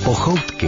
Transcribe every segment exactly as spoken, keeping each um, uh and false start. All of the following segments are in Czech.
Pochoutky.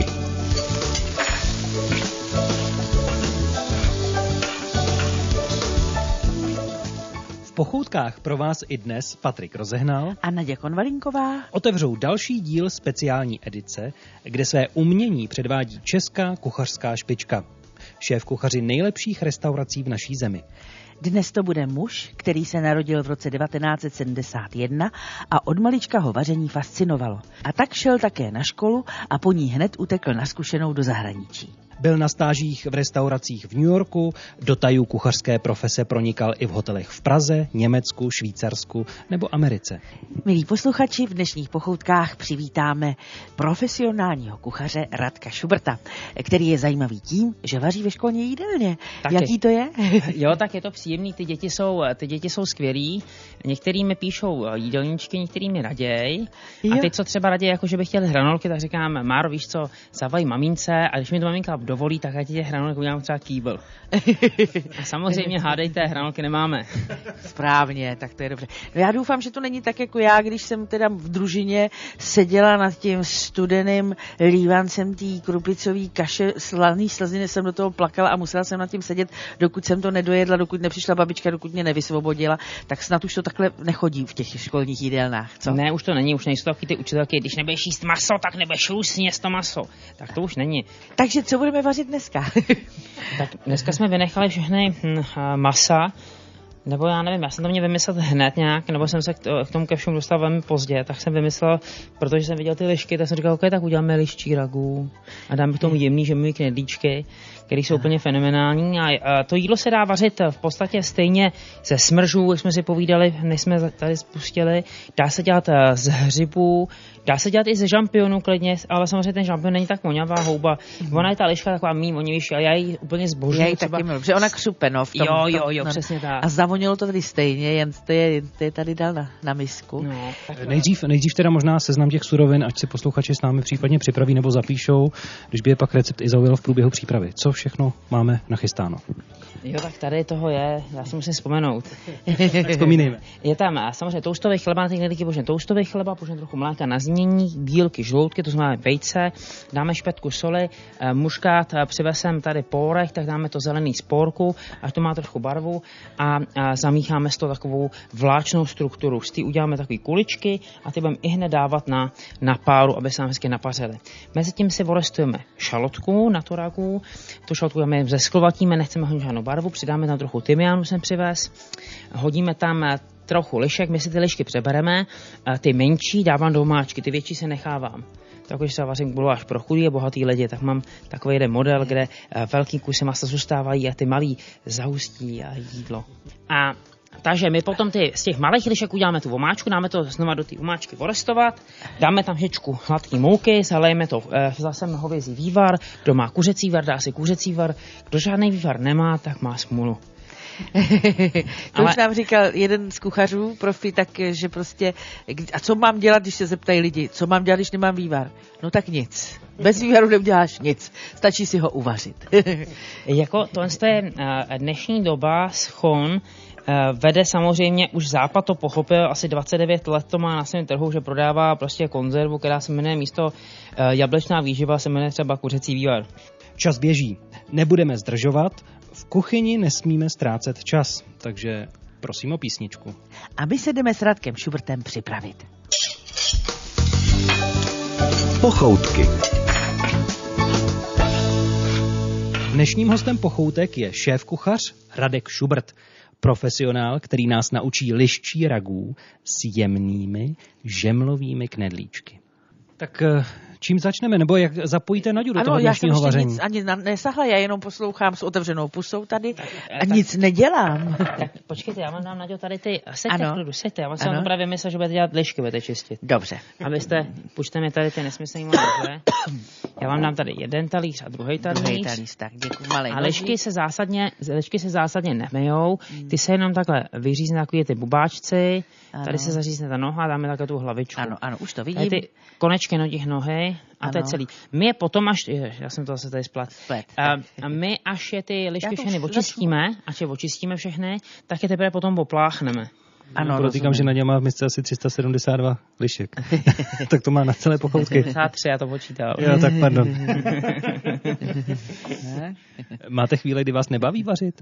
V Pochoutkách pro vás i dnes Patrik Rozehnal a Naděja Konvalinková otevřou další díl speciální edice, kde své umění předvádí česká kuchařská špička. Šéf kuchaři nejlepších restaurací v naší zemi. Dnes to bude muž, který se narodil v roce devatenáct set sedmdesát jedna a od malička ho vaření fascinovalo. A tak šel také na školu a po ní hned utekl na zkušenou do zahraničí. Byl na stážích v restauracích v New Yorku, do tajů kuchařské profese pronikal i v hotelech v Praze, Německu, Švýcarsku nebo Americe. Milí posluchači, v dnešních Pochoutkách přivítáme profesionálního kuchaře Radka Šubrta, který je zajímavý tím, že vaří ve školní jídelně. Taky. Jaký to je? Jo, tak je to příjemný, ty děti jsou, ty děti jsou skvělí. Některý mi píšou jídelníčky, některý mi raději. A teď co třeba raději, jako že bych chtěl hranolky, tak říkám, Máro, víš co, zavolej mamince, a když mi to maminka dovolí, tak ať těch hranolek udělám třeba kýbl. A samozřejmě hádejte, hranolky nemáme. Správně, tak to je dobře. No já doufám, že to není tak jako já, když jsem teda v družině seděla nad tím studeným lívancem té krupicové kaše, slaný slziny, jsem do toho plakala a musela jsem nad tím sedět, dokud jsem to nedojedla, dokud nepřišla babička, dokud mě nevysvobodila, tak snad už to takhle nechodí v těch školních jídelnách, co? Ne, už to není, už nejsou taky ty učitelky, když nebudeš jíst maso, tak nebudeš sněst to maso. Tak to už není. Takže co budeme vařit dneska? Tak dneska jsme vynechali všechny hm, masa, nebo já nevím, já jsem to měl vymyslet hned nějak, nebo jsem se k, k tomu ke všemu dostal velmi pozdě, tak jsem vymyslel, protože jsem viděl ty lišky, tak jsem říkal, ok, tak uděláme liščí ragu a dáme k tomu jemný žemlivý knedlíčky, které jsou úplně fenomenální. A, a to jídlo se dá vařit v podstatě stejně ze smržů, jak jsme si povídali, než jsme tady spustili. Dá se dělat z hřibů, dá se dělat i ze žampionů klidně, ale samozřejmě ten žampion není tak voňavá houba. Mm. Ona je ta liška taková mý vonější, ale já ji úplně zbožňuji. Já ji taky miluji, protože ona křupe, no. V tom, jo, jo, tom, jo, no. Přesně tak. A zavonilo to tady stejně, jen to je, jen to je tady dal na, na misku. No, nejdřív, nejdřív teda možná seznam těch surovin, ať si posluchači s námi případně připraví nebo zapíšou, když by je pak recept i zaujal v průběhu přípravy. Co všechno máme nachystáno? Jo, tak tady toho je, já si musím vzpomenout. Vzpomínejme. Je tam samozřejmě toustový chleba, na ty knedlíky požen toustový chleba, požen trochu mléka na znění, bílky, žloutky, to znamená vejce, dáme špetku soli, muškát, přivezem tady pórech, tak dáme to zelený spórku, až to má trochu barvu a, a zamícháme z toho takovou vláčnou strukturu. Z té uděláme takové kuličky a ty budeme i hned dávat na, na páru, aby se nám hezky napařily. Mezitím si vorestujeme šalotku na to ragu, tu šalotku dáme zesklovatíme, nechceme hodit žádnou barvu, přidáme tam trochu tymiánu, jsem přivez, hodíme tam trochu lišek, my si ty lišky přebereme, ty menší dávám do omáčky, ty větší se nechávám. Tak když se vařím guláš pro chudý a bohatý lidi, tak mám takový jeden model, kde velký kusy masa zůstávají a ty malý zahustí jídlo. A takže my potom ty, z těch malých lišek uděláme tu omáčku, dáme to znova do té omáčky vorestovat, dáme tam hečku hladký mouky, zalejeme to e, zase hovězí vývar, kdo má kuřecí var, dá si kuřecí var, kdo žádný vývar nemá, tak má smůlu. To ale... už nám říkal jeden z kuchařů, profi, tak, že prostě, a co mám dělat, když se zeptají lidi, co mám dělat, když nemám vývar? No tak nic. Bez vývaru neuděláš nic. Stačí si ho uvařit. Jako to je dnešní doba, schon, vede samozřejmě, už Západ to pochopil, asi dvacet devět let to má na svém trhu, že prodává prostě konzervu, která se jmenuje místo jablečná výživa, se jmenuje třeba kuřecí vývar. Čas běží. Nebudeme zdržovat. V kuchyni nesmíme ztrácet čas, takže prosím o písničku. A my se jdeme s Radkem Šubrtem připravit. Pochoutky. Dnešním hostem Pochoutek je šéf-kuchař Radek Šubrt, profesionál, který nás naučí liščí ragů s jemnými žemlovými knedlíčky. Tak čím začneme, nebo jak zapojíte Naďu do ano, toho dnešního vaření? Ano, já jsem ještě nic ani nesahla, já jenom poslouchám s otevřenou pusou tady tak, a tak, nic nedělám. Tak počkejte, já vám dám, Naďo, tady ty, seďte v klidu, seďte, já vám jsem právě myslel, že budete dělat lišky, budete čistit. Dobře. Abyste, pučte mi tady ty nesmyslný malé. Já vám dám tady jeden talíř a druhý talíř. Druhý talíř, tak děkuji, malej. A lišky se zásadně, lišky se zásadně nemejou, ty se jenom takhle vyřízne takový ty bubáčci, ano. Tady se zařízne ta noha, dáme takhle tu hlavičku. Ano, ano, už to vidím. Tady ty konečky no těch nohy a ano. To je celý. My je potom až, jež, já jsem to zase tady splet. splet a, a my až je ty lišky všechny očistíme, až je očistíme všechny, tak je teprve potom opláchneme. Ano, podotýkám, že Naděja má v misce asi tři sta sedmdesát dva lišek. Tak to má na celé pochoutky. sedmdesát tři, já to počítal. Jo, tak pardon. Máte chvíli, kdy vás nebaví vařit?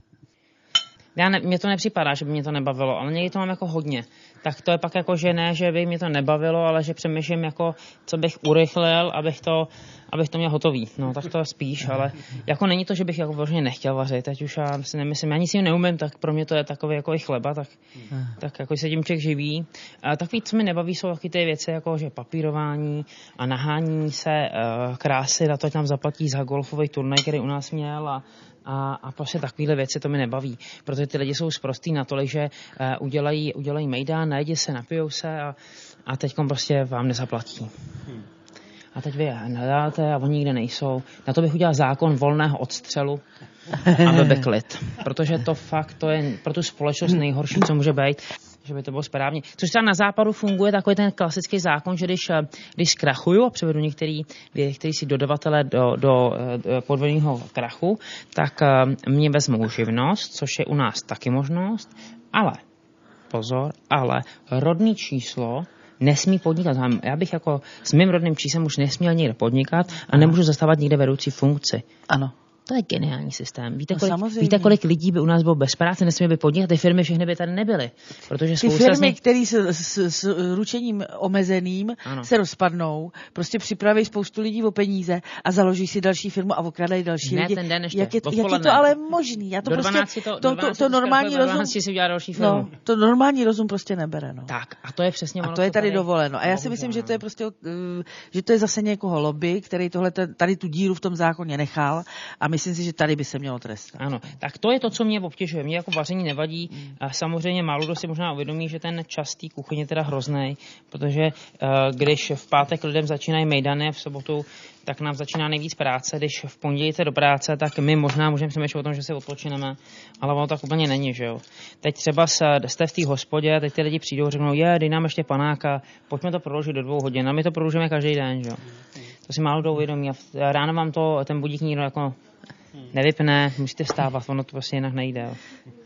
Já ne, mně to nepřipadá, že by mě to nebavilo, ale někdy to mám jako hodně. Tak to je pak jako, že ne, že by mě to nebavilo, ale že přemýšlím jako, co bych urychlil, abych to, abych to měl hotový. No, tak to je spíš, ale jako není to, že bych jako vlastně nechtěl vařit. Teď už já si nemyslím, já nic si neumím, tak pro mě to je takový jako i chleba, tak, tak jako se tím člověk živí. A takový, co mi nebaví, jsou taky ty věci, jako že papírování a nahání se uh, krásy na to, ať nám zaplatí za golfový turnaj, který u nás měl a A, a prostě takovéhle věci to mi nebaví, protože ty lidi jsou sprostý natolik, že uh, udělají, udělají mejdán, najedí se, napijou se a, a teďkom prostě vám nezaplatí. A teď vy je hledáte a oni nikde nejsou. Na to bych udělal zákon volného odstřelu, aby byl klid. Protože to fakt, to je pro tu společnost nejhorší, co může být, že by to bylo správně. Což třeba na západu funguje takový ten klasický zákon, že když, když zkrachuju a převedu některý, některý si dodavatele do, do, do podvodního krachu, tak mě vezmou živnost, což je u nás taky možnost, ale, pozor, ale rodný číslo nesmí podnikat. Já bych jako s mým rodným číslem už nesměl někde podnikat a nemůžu zastávat někde vedoucí funkci. Ano. To je geniální systém. Víte, No, kolik, víte, kolik lidí by u nás bylo bez práce, nesměly by podnikat, ty firmy všechny by tady nebyly. Protože ty firmy, nich... které s, s, s ručením omezeným ano. se rozpadnou, prostě připraví spoustu lidí o peníze a založí si další firmu a okradají další ne, lidi. Ten den ještě, jak, je, jak je to ale možný? Já to do prostě, to, to, to, to normální rozum, si udělá další firmu. No, to normální rozum prostě nebere. No. Tak, a to je přesně a to je tady, tady dovoleno. A já si myslím, že to je prostě, že to je zase někoho lobby, který tohle, tady tu díru v tom zákoně nechal a myslím si, že tady by se mělo trestat. Ano, tak to je to, co mě obtěžuje. Mě jako vaření nevadí. A samozřejmě málo kdo si možná uvědomí, že ten čas té kuchyně je teda hrozný, protože uh, když v pátek lidem začínají mejdany a v sobotu, tak nám začíná nejvíc práce. Když v pondělí jste do práce, tak my možná můžeme přemýšlet o tom, že se odpočineme, ale ono tak úplně není, že jo. Teď třeba jste v té hospodě, teď ty lidi přijdou a řeknou, je, dej nám ještě panáka, pojďme to prodloužit do dvou hodin. A my to prodloužíme každý den, že jo. To si málo kdo uvědomí. A ráno vám to ten budík nikdo jako nevypne, musíte vstávat, ono to prostě jinak nejde. Jo.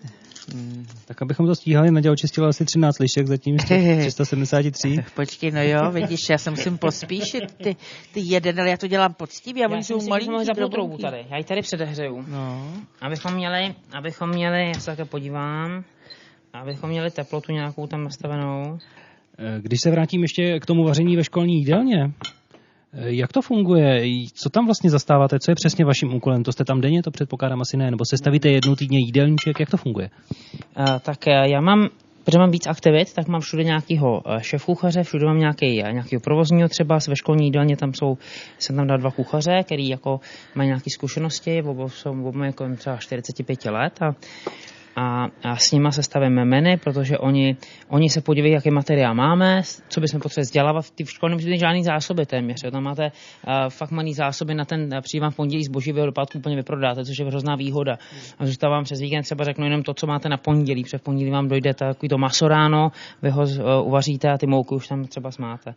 Hmm. Tak abychom to stíhali, Naděja očistila asi třináct lišek, zatím tři sta sedmdesát tři. Počkej, no jo, vidíš, já se musím pospíšit, ty, ty jeden, ale já to dělám poctivě, a oni jsou malí. Já jsem troubu tady, já ji tady předehřeju. No. Abychom měli, abychom měli, já se také podívám, abychom měli teplotu nějakou tam nastavenou. Když se vrátím ještě k tomu vaření ve školní jídelně, jak to funguje? Co tam vlastně zastáváte? Co je přesně vaším úkolem? To jste tam denně, to předpokládám asi ne, nebo se stavíte jednou týdně jídelníček? Jak to funguje? Uh, tak uh, já mám, protože mám víc aktivit, tak mám všude nějakýho šéfkuchaře, všude mám nějaký, nějakýho provozního třeba, ve školní jídelně tam jsou, jsem tam dal dva kuchaře, který jako mají nějaké zkušenosti, oba jsou oba jako třeba čtyřicet pět let a A, a s nima se stavíme menu, protože oni, oni se podívají, jaký materiál máme, co bychom potřebovali vzdělávat. V škole nemusíte mít žádný zásoby téměř. Tam máte uh, fakt malý zásoby na ten uh, přijím vám v pondělí zboží, vy ho do pátku úplně vyprodáte, což je hrozná výhoda. A zůstávám vám přes víkend třeba řeknu jenom to, co máte na pondělí. Před pondělí vám dojde takový to maso ráno, vy ho uh, uvaříte a ty mouky už tam třeba máte.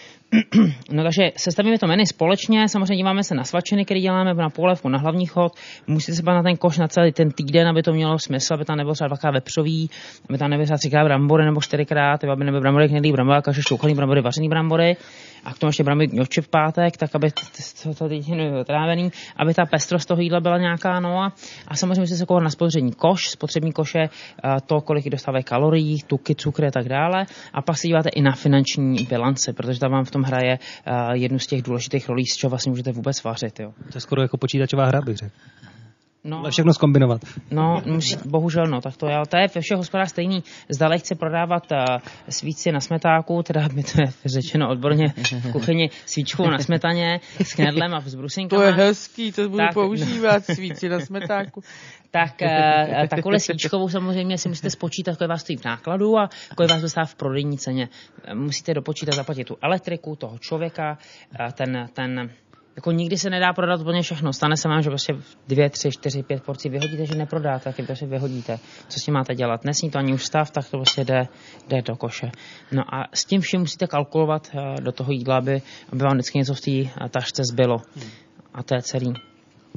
No takže sestavíme to menu společně, samozřejmě díváme se na svačiny, které děláme, na polévku, na hlavní chod, musíte se na ten koš na celý ten týden, aby to mělo smysl, aby tam nebylo třeba dvakrát vepřový, aby tam nebylo třeba třikrát brambory nebo čtyřikrát, aby nebyly brambory knedlí, brambory, kaše, šťouchaný brambory, vařený brambory a k tomu ještě brambory ňoči v pátek, tak aby to, to, to trávený, aby ta pestrost toho jídla byla nějaká, no a, a samozřejmě musíte se koukat na spotřební koš, spotřební koše, to, kolik dostávají kalorií, tuky, cukry a tak dále, a pak se díváte i na finanční bilance, protože tam vám v tom hraje uh, jednu z těch důležitých rolí, z čeho vlastně můžete vůbec vařit. Jo. To je skoro jako počítačová hra, bych řekl. No, ale všechno zkombinovat. No, musí, bohužel no, tak to je, ale to je ve všech hospodách stejný. Zdále chce prodávat uh, svíci na smetáku, teda mi to je řečeno odborně v kuchyni, svíčkou na smetaně, s knedlem a s brusinkama. To je hezký, to budu tak používat, svíci na smetáku. Tak uh, takovou svíčkovou samozřejmě si musíte spočítat, kolik vás stojí v nákladu a kolik vás dostává v prodejní ceně. Musíte dopočítat, zaplatit tu elektriku, toho člověka, uh, ten, ten jako nikdy se nedá prodat úplně všechno. Stane se vám, že prostě dvě, tři, čtyři, pět porcí vyhodíte, že neprodáte, taky prostě vyhodíte. Co s tím máte dělat? Nesní to ani ústav, tak to prostě jde, jde do koše. No a s tím vším musíte kalkulovat do toho jídla, aby, aby vám vždycky něco v té tašce zbylo. A to je celý.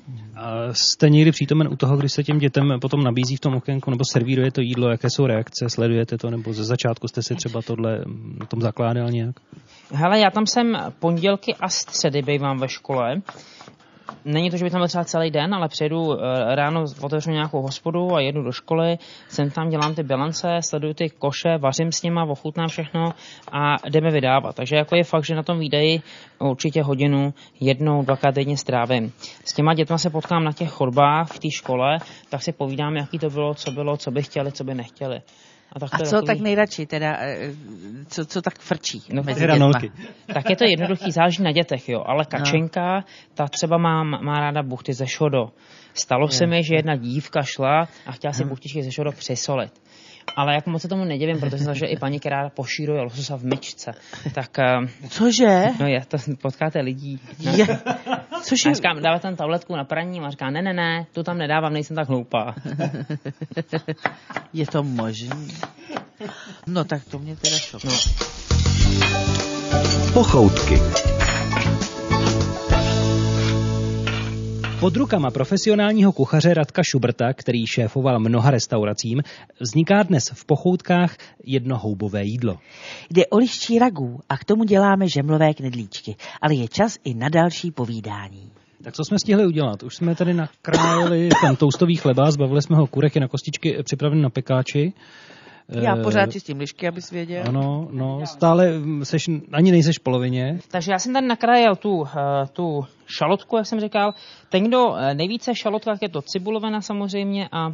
A jste někdy přítomen u toho, když se těm dětem potom nabízí v tom okénku, nebo servíruje to jídlo, jaké jsou reakce, sledujete to, nebo ze začátku jste si třeba tohle na tom zakládal nějak? Hele, já tam jsem pondělky a středy bývám ve škole. Není to, že bych tam byl třeba celý den, ale přijedu ráno, otevřu nějakou hospodu a jedu do školy, jsem tam, dělám ty bilance, sleduju ty koše, vařím s nima, ochutnám všechno a jdeme vydávat. Takže jako je fakt, že na tom výdeji určitě hodinu, jednou, dvakrát denně strávím. S těma dětma se potkám na těch chodbách v té škole, tak si povídám, jaký to bylo, co bylo, co by chtěli, co by nechtěli. A, tak a co takový... tak nejradši, teda, co, co tak frčí no, mezi dětma? Tak je to jednoduchý, záleží na dětech, jo, ale Kačenka, no. ta třeba má, má ráda buchty ze šodo. Stalo je. se mi, že jedna dívka šla a chtěla si buchtičky ze šodo přisolit. Ale jak moc se tomu nedivím, protože jsem zažil i paní, která pošíruje lososa v myčce. Tak, cože? No je, to potkáte lidí. No. Je. Cože? A říkám, dávat tam tabletku na praní a říká, ne, ne, ne, tu tam nedávám, nejsem tak hloupá. Je to možný? No tak to mě teda šokuje. No. Pochoutky. Pod rukama profesionálního kuchaře Radka Šubrta, který šéfoval mnoha restauracím, vzniká dnes v Pochoutkách jedno houbové jídlo. Jde o liščí ragu a k tomu děláme žemlové knedlíčky, ale je čas i na další povídání. Tak co jsme stihli udělat? Už jsme tady nakrájeli ten toustový chleba, zbavili jsme ho kurek, je na kostičky připravený na pekáči. Já pořád čistím lišky, abys věděl. Ano, no, stále seš, ani nejseš v polovině. Takže já jsem tady nakrájel tu, tu šalotku, jak jsem říkal. Ten, kdo nejvíce v šalotkách, je to cibulovina samozřejmě a,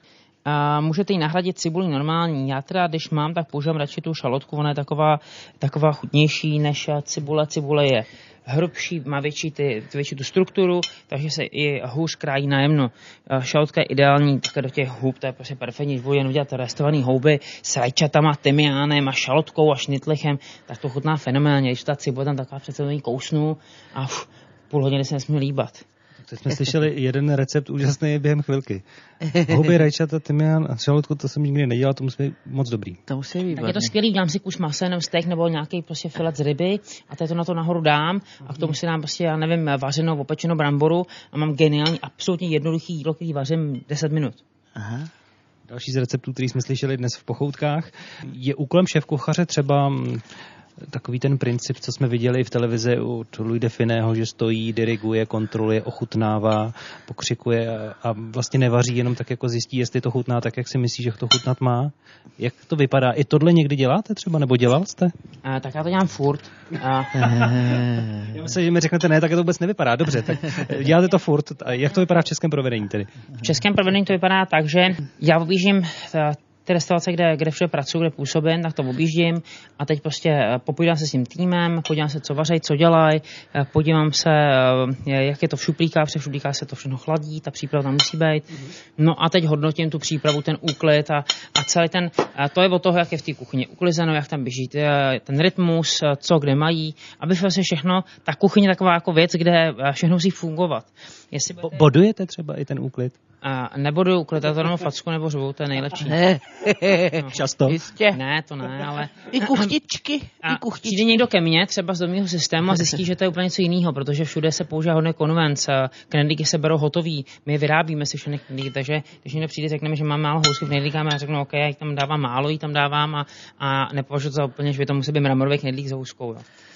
a můžete ji nahradit cibulí normální. Já teda, když mám, tak používám radši tu šalotku, ona je taková, taková chutnější než cibule. Cibule je hrubší, má větší, ty, větší tu strukturu, takže se i hůř krájí najemno. Šalotka je ideální také do těch hub, to je prostě perfektní, když budu jen udělat restovaný houby s rajčatama, tymiánem a šalotkou a šnitlichem, tak to chutná fenomenálně. Když ta cibule tam taková přece kousnu a uf, půl hodiny se nesmí líbat. Teď jsme slyšeli jeden recept úžasný během chvilky. Houby, rajčata, tymián a šalotku, to jsem nikdy nedělal, to musí být moc dobrý. To musí být. Tak je to skvělý, dám si kus masa, jenom steak nebo nějaký prostě filet z ryby a teď to na to nahoru dám a k tomu si dám prostě, já nevím, vařenou, opečenou bramboru a mám geniální, absolutně jednoduchý jídlo, který vařím deset minut. Aha. Další z receptů, který jsme slyšeli dnes v Pochoutkách, je úkolem šéfkuchaře třeba takový ten princip, co jsme viděli v televizi od Louise de Funèho, že stojí, diriguje, kontroluje, ochutnává, pokřikuje a vlastně nevaří, jenom tak jako zjistí, jestli to chutná tak, jak si myslí, že to chutnat má. Jak to vypadá? I tohle někdy děláte třeba, nebo dělal jste? A, tak já to dělám furt. A... já myslím, že mi řeknete, ne, tak to vůbec nevypadá. Dobře, tak děláte to furt. A jak to vypadá v českém provedení tedy? V českém provedení to vypadá tak, že já objíždím ty restaurace, kde, kde všude pracuji, kde působím, tak to objíždím a teď prostě popovídám se s tím týmem, podívám se, co vaří, co dělají, podívám se, jak je to v šuplíkách, protože v šuplíkách se to všechno chladí, ta příprava tam musí být. No a teď hodnotím tu přípravu, ten úklid a, a celý ten, a to je od toho, jak je v té kuchyni uklizeno, jak tam běží ten rytmus, co kde mají, aby vlastně všechno, ta kuchyně je taková jako věc, kde všechno musí fungovat. Jestli budete... Bodujete třeba i ten úklid? A nebudu uklidat to jenom facku nebo řvu, to je nejlepší. No. Často? Jistě. Ne, to ne, ale... I kuchtičky. A I kuchtičky. Přijde někdo ke mně, třeba z domního systému a zjistí, že to je úplně něco jiného, protože všude se používá hodně konvenc, knedlíky se berou hotový, my je vyrábíme si všechny knedlíky, takže když někdo přijde, řekneme, že mám málo housky v knedlíkách, já řeknu, OK, já jich tam dávám málo, jí tam dávám a, a nepovažuji za úplně, že by to musí být mramorový knedlík s houskou. Jo.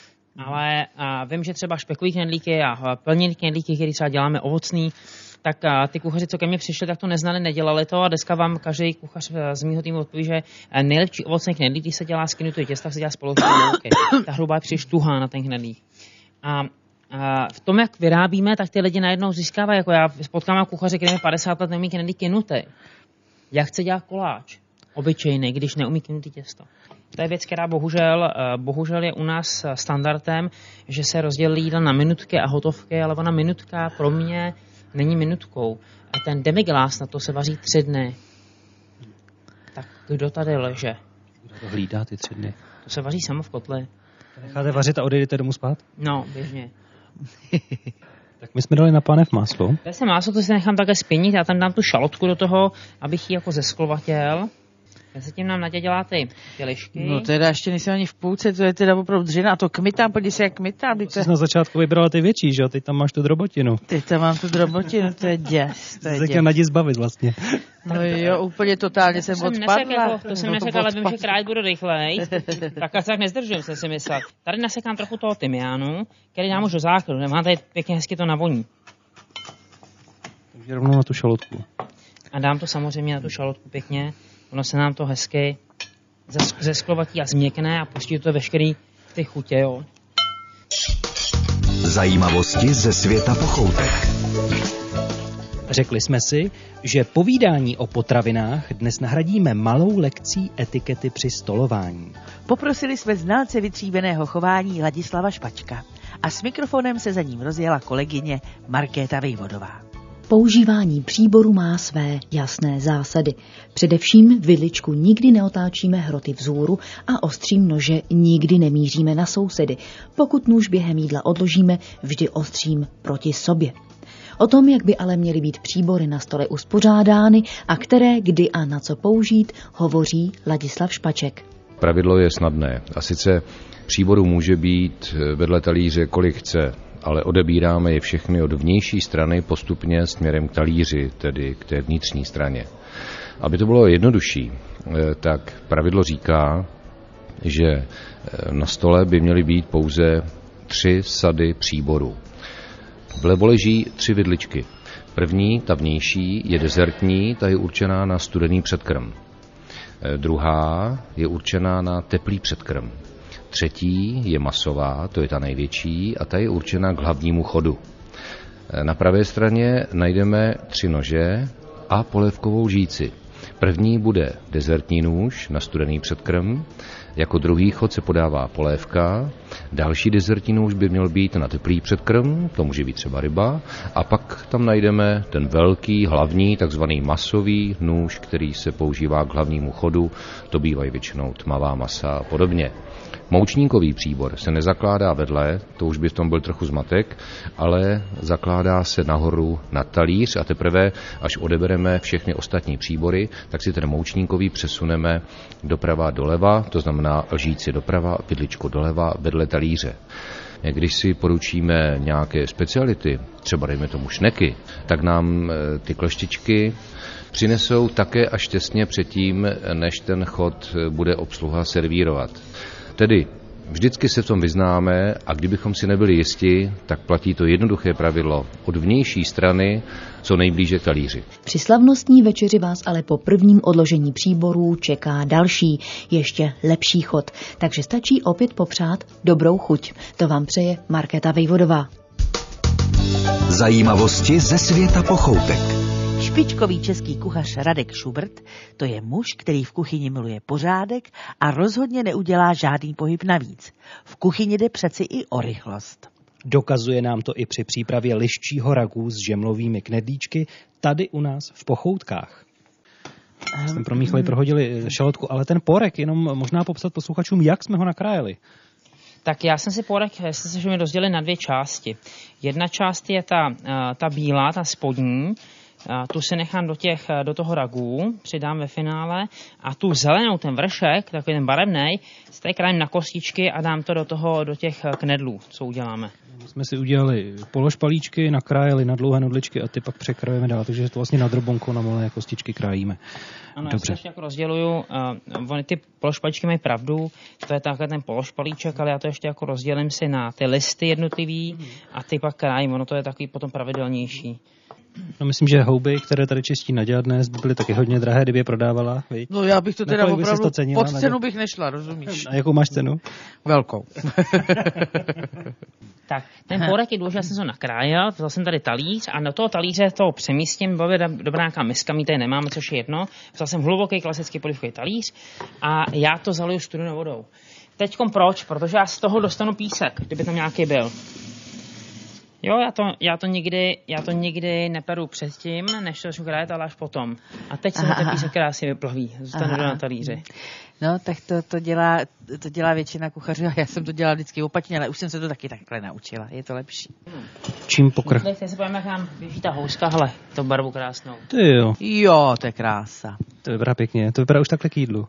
Ale a vím, že třeba špekový knedlíky a plněný knedlíky, který třeba děláme ovocný, tak a ty kuchaři, co ke mně přišli, tak to neznali, nedělali to a dneska vám každý kuchař z mýho týmu odpoví, že nejlepší ovocný knedlík, když se dělá z knutý těsta, se dělá z polovičky mouky. Ta hrubá je příliš tuhá na ten knedlík. A, a v tom, jak vyrábíme, tak ty lidi najednou získávají, jako já potkám kuchaře, který mi padesát let neumí knedlík knutý. Jak chce dělat koláč? Obyčejný, když neumí knutý těsto. To je věc, která bohužel, bohužel je u nás standardem, že se rozdělí jídla na minutky a hotovky, ale ona minutka pro mě není minutkou. A ten demi-glace na to se vaří tři dny. Tak kdo tady leže? Kdo to hlídá ty tři dny? To se vaří samo v kotli. Necháte vařit a odejdete domů spát? No, běžně. Tak my jsme dali na pánev máslo. To je máslo, to si nechám také spěnit, já tam dám tu šalotku do toho, abych ji jako zesklovatěl. Mezi tím nám Naděja dělá ty, ty lišky. No teda ještě nejsem ani v půlce, to je teda opravdu dřina. A to kmitám, podívej se, jak kmitám. Ty jsi na začátku vybrala ty větší, že jo? Teď tam máš tu drobotinu. Teď tam mám tu drobotinu, to je děs. To je děs. Naději zbavit vlastně. No jo, úplně totálně jsem to odpadla. Jsem jako, to jsem no, nesekal, ale vím, že krát budu rychlej. Tak asi tak nezdržím, jsem si myslel. Tady nasekám trochu toho tymiánu, který dám už do základu. Nemám tady pěkně hezky to navoní. Takže rovnou na tu šalotku. A dám to samozřejmě na tu šalotku pěkně. Ono se nám to hezky zesklovatí a změkne a pustí to veškerý ty chutě, jo. Zajímavosti ze světa pochoutek. Řekli jsme si, že povídání o potravinách dnes nahradíme malou lekcí etikety při stolování. Poprosili jsme znalce vytříbeného chování Ladislava Špačka a s mikrofonem se za ním rozjela kolegyně Markéta Vejvodová. Používání příboru má své jasné zásady. Především vidličku nikdy neotáčíme hroty vzhůru a ostřím nože nikdy nemíříme na sousedy. Pokud nůž během jídla odložíme, vždy ostřím proti sobě. O tom, jak by ale měly být příbory na stole uspořádány a které, kdy a na co použít, hovoří Ladislav Špaček. Pravidlo je snadné. A sice příborů může být vedle talíře kolik chce, ale odebíráme je všechny od vnější strany postupně směrem k talíři, tedy k té vnitřní straně. Aby to bylo jednodušší, tak pravidlo říká, že na stole by měly být pouze tři sady příborů. Vlevo leží tři vidličky. První, ta vnější, je dezertní, ta je určená na studený předkrm. Druhá je určená na teplý předkrm. Třetí je masová, to je ta největší, a ta je určena k hlavnímu chodu. Na pravé straně najdeme tři nože a polévkovou žíci. První bude dezertní nůž na studený předkrm, jako druhý chod se podává polévka, další dezertní nůž by měl být na teplý předkrm, to může být třeba ryba, a pak tam najdeme ten velký, hlavní, takzvaný masový nůž, který se používá k hlavnímu chodu, to bývají většinou tmavá masa a podobně. Moučníkový příbor se nezakládá vedle, to už by v tom byl trochu zmatek, ale zakládá se nahoru na talíř a teprve, až odebereme všechny ostatní příbory, tak si ten moučníkový přesuneme doprava doleva, to znamená lžíci doprava, vidličku doleva, vedle talíře. Když si poručíme nějaké speciality, třeba dejme tomu šneky, tak nám ty kleštičky přinesou také až těsně předtím, než ten chod bude obsluha servírovat. Tedy vždycky se v tom vyznáme a kdybychom si nebyli jisti, tak platí to jednoduché pravidlo od vnější strany co nejblíže k talíři. Při slavnostní večeři vás ale po prvním odložení příborů čeká další, ještě lepší chod. Takže stačí opět popřát dobrou chuť. To vám přeje Markéta Vejvodová. Zajímavosti ze světa pochoutek. Špičkový český kuchař Radek Šubrt, to je muž, který v kuchyni miluje pořádek a rozhodně neudělá žádný pohyb navíc. V kuchyni jde přeci i o rychlost. Dokazuje nám to i při přípravě liščího ragu s žemlovými knedlíčky tady u nás v Pochoutkách. Jsme promíchali, prohodili šalotku, ale ten porek, jenom možná popsat posluchačům, jak jsme ho nakrájeli. Tak já jsem si porek, jestli se mi rozdělil na dvě části. Jedna část je ta, ta bílá, ta spodní, a tu si nechám do, těch, do toho ragu, přidám ve finále a tu zelenou, ten vršek, takový ten barevnej, si tady krájím na kostičky a dám to do toho, do těch knedlů, co uděláme. My jsme si udělali pološpalíčky, nakrájeli na dlouhé nudličky a ty pak překrajujeme dál, takže to vlastně na drobonko, na malé kostičky krájíme. Ano, dobře. já to jako rozděluju, uh, oni ty pološpalíčky mají pravdu, to je takhle ten pološpalíček, ale já to ještě jako rozdělím si na ty listy jednotlivý a ty pak krájím, ono to je takový potom pravidelnější. No myslím, že houby, které tady čistí Naděja dnes, by byly taky hodně drahé, kdyby je prodávala. Viď? No já bych to teda opravdu, to cenila, pod cenu bych nešla, rozumíš? A jakou máš cenu? Velkou. Tak, ten porek je důležitý, já jsem to nakrájel, vzal jsem tady talíř a na toho talíře to přemístím, bylo by dobrá nějaká miska, my tady nemáme, což je jedno. Vzal jsem hluboký klasický polívkový talíř a já to zaliju studenou vodou. Teďkom proč? Protože já z toho dostanu písek, kdyby tam nějaký byl. Jo, já to, já to nikdy, já to nikdy neperu předtím, než to začnu krát, ale až potom. A teď se mi ten písek krásně vyplaví, zůstane na talíři. No, tak to, to, dělá, to dělá většina kuchařů a já jsem to dělala vždycky opačně, ale už jsem se to taky takhle naučila, je to lepší. Čím pokrch? Teď se pojďme, jak nám běží ta houska, hele, to barvu krásnou. Ty jo. Jo, to je krása. To vypadá pěkně, to vypadá už takhle k jídlu.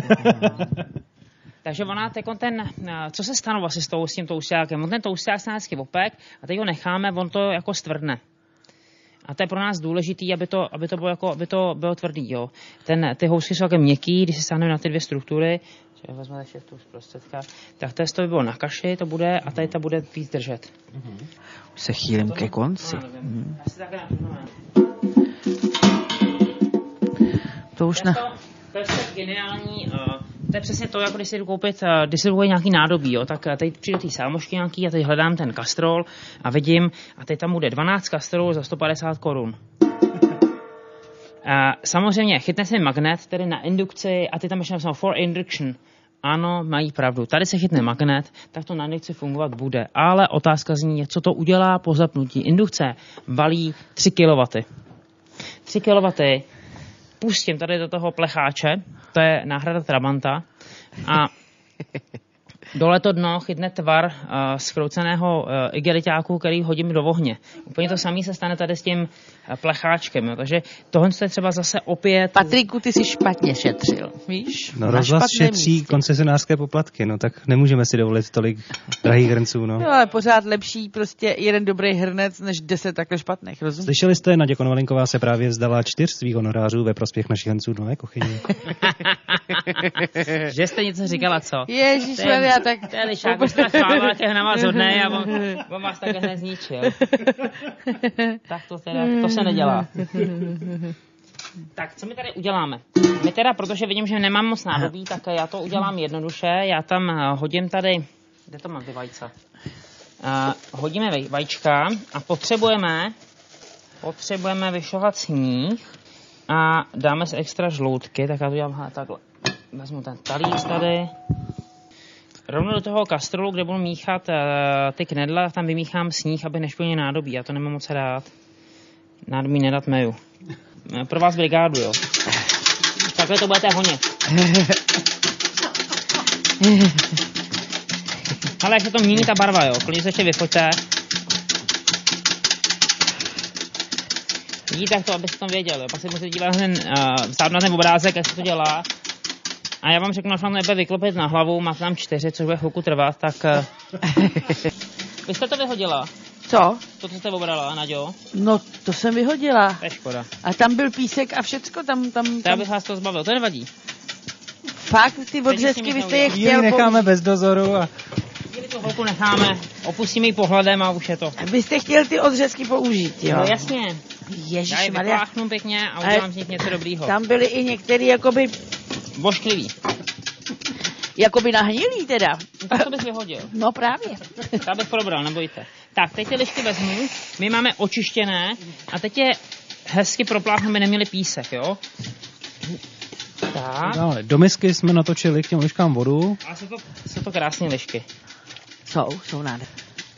Takže ona teď ten, co se stane vlastně s, tou, s tím toušťákem? On ten toušťák se hezky opek a teď ho necháme, on to jako stvrdne. A to je pro nás důležitý, aby to, aby to, bylo, jako, aby to bylo tvrdý. Jo. Ten, ty housky jsou také měkký, když se stáhneme na ty dvě struktury, že vezmete ještě tu zprostředka, tak to, to by bylo na kaši, to bude, a tady ta bude víc držet. Mm-hmm. Už se chýlím ke konci. Mm. To už na... To je geniální, uh, to je přesně to, jako když si jdu koupit, uh, když si jdu koupit nějaký nádobí, jo, tak uh, teď přijde ty sámošky nějaký a teď hledám ten kastrol a vidím, a teď tam bude dvanáct kastrolů za sto padesát korun. Uh, samozřejmě chytne se magnet, tedy na indukci, a ty tam ještě napsáno for induction. Ano, mají pravdu. Tady se chytne magnet, tak to na indukci fungovat bude. Ale otázka zní, co to udělá po zapnutí. Indukce valí tři kilowattů. tři kilowattů pustím tady do toho plecháče, to je náhrada Trabanta, a dole to dno chytne tvar uh, zkrouceného uh, igeliťáku, který hodím do ohně. Úplně to samé se stane tady s tím uh, plecháčkem. Jo. Takže tohle je třeba zase opět... Patriku, ty jsi špatně šetřil, víš? No rozhlas šetří místě. Koncesionářské poplatky, no tak nemůžeme si dovolit tolik drahých hrnců, no. No ale pořád lepší prostě jeden dobrý hrnec, než deset takhle špatných, rozumíš? Slyšeli jste, Naděja Konvalinková se právě vzdala čtyř svých honorářů ve prospěch našich hrnců v Nové Kochyni. Že jste něco říkala, co? Ježišmarja, tak... To je lišák, už tak chválila, jak je na vás hodnej a on, on vás takhle hned zničil. Tak to teda, to se nedělá. Tak, co my tady uděláme? My teda, protože vidím, že nemám moc nádobí, tak já to udělám jednoduše. Já tam hodím tady, kde to mám ty vajce? Uh, hodíme vajíčka a potřebujeme, potřebujeme vyšohat sníh a dáme si extra žloutky, tak já to dělám takhle. Vezmu ten talíř tady. Rovno do toho kastrolu, kde budu míchat uh, ty knedla, tam vymíchám sníh, aby nešpilně nádobí. Já to nemám moc rád. Nádobí nedat meju. Pro vás brigádu, jo. Takhle to budete honit. Ale jak se to mění ta barva, jo. Klidně se ještě vyfoťte. Vidíte, jak to, abyste to věděl, jo. Pak se musíte dívat na ten, uh, na ten obrázek, jak se to dělá. A já vám řeknu, až vám nebude vyklopit na hlavu, máte tam čtyři, což bude chvilku trvat, tak... Uh... Vy jste to vyhodila? Co? To, co jste obrala, Naďo? No, to jsem vyhodila. To je škoda. A tam byl písek a všecko, tam... tam, tam... To já bych vás to zbavil, to nevadí. Fakt, ty odřezky, vy jste je chtěl... Chvíli necháme bez dozoru a... Chvíli tu holku necháme, opustíme ji pohledem a už je to. Vy jste chtěl ty odřezky použít, jo? No jasně. Ježišmarja. Já je vypláchnu pěkně a udělám z nich něco dobrýho. Tam byly i některý jakoby... Bošklivý. Jakoby nahnilý teda. No, to bys vyhodil. No právě. To bych probral, nebojte. Tak, teď ty lišky vezmu, my máme očištěné a teď je hezky propláchnu, aby neměli písek, jo? Tak. Dále, do misky jsme natočili k těm liškám vodu. A jsou to, jsou to krásné lišky. Jsou, jsou nádherné.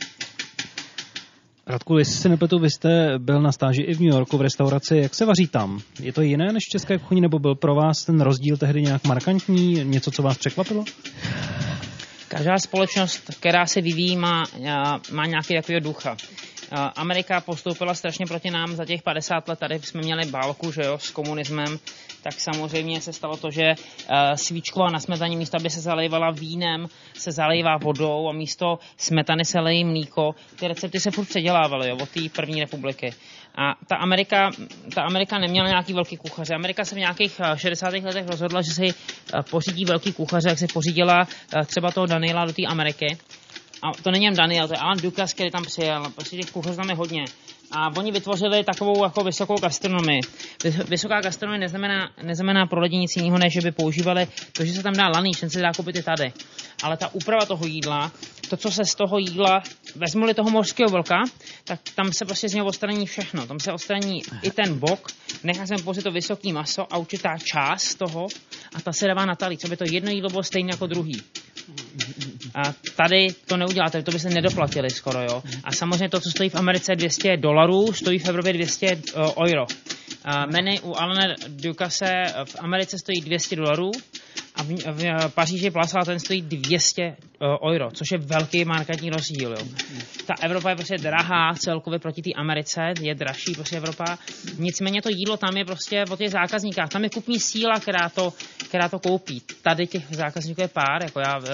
Radku, jestli se nepletu, vy jste byl na stáži i v New Yorku v restauraci. Jak se vaří tam? Je to jiné než v české kuchyni, nebo byl pro vás ten rozdíl tehdy nějak markantní? Něco, co vás překvapilo? Každá společnost, která se vyvíjí, má, má nějaký takového ducha. Amerika postoupila strašně proti nám za těch padesát let, tady jsme měli válku, že jo, s komunismem, tak samozřejmě se stalo to, že svíčková na smetaní místo, aby se zalévala vínem, se zalejvá vodou a místo smetany se lejí mlíko. Ty recepty se furt předělávaly, jo, od té první republiky. A ta Amerika, ta Amerika neměla nějaký velký kuchaře. Amerika se v nějakých šedesátých letech rozhodla, že si pořídí velký kuchaře, jak si pořídila třeba toho Daniela do té Ameriky. A to není jen Daniel, to je Alan Dukas, který tam přijel. Prostě těch kuchařů tam je hodně. A oni vytvořili takovou jako vysokou gastronomii. Vysoká gastronomie neznamená, neznamená pro lidi nic jiného, než že by používali to, že se tam dá lanýž, ten se dá koupit i tady. Ale ta úprava toho jídla, to, co se z toho jídla, vezmu-li toho mořského vlka, tak tam se prostě z něho odstraní všechno. Tam se odstraní i ten bok, nechá se pouze to vysoké maso a určitá část toho a ta se dává na talíř, aby to jedno jídlo bylo stejné jako druhý. A tady to neuděláte, to by se nedoplatili skoro, jo. A samozřejmě to, co stojí v Americe dvě stě dolarů, stojí v Evropě dvě stě uh, euro. Uh, menu u Alana Ducasse v Americe stojí dvě stě dolarů a v, v Paříži Plaza ten stojí dvě stě uh, euro, což je velký markantní rozdíl, jo. Ta Evropa je prostě drahá celkově proti té Americe, je dražší prostě Evropa. Nicméně to jídlo tam je prostě o těch zákazníkách, tam je kupní síla, která to, která to koupí. Tady těch zákazníků je pár, jako já... Uh,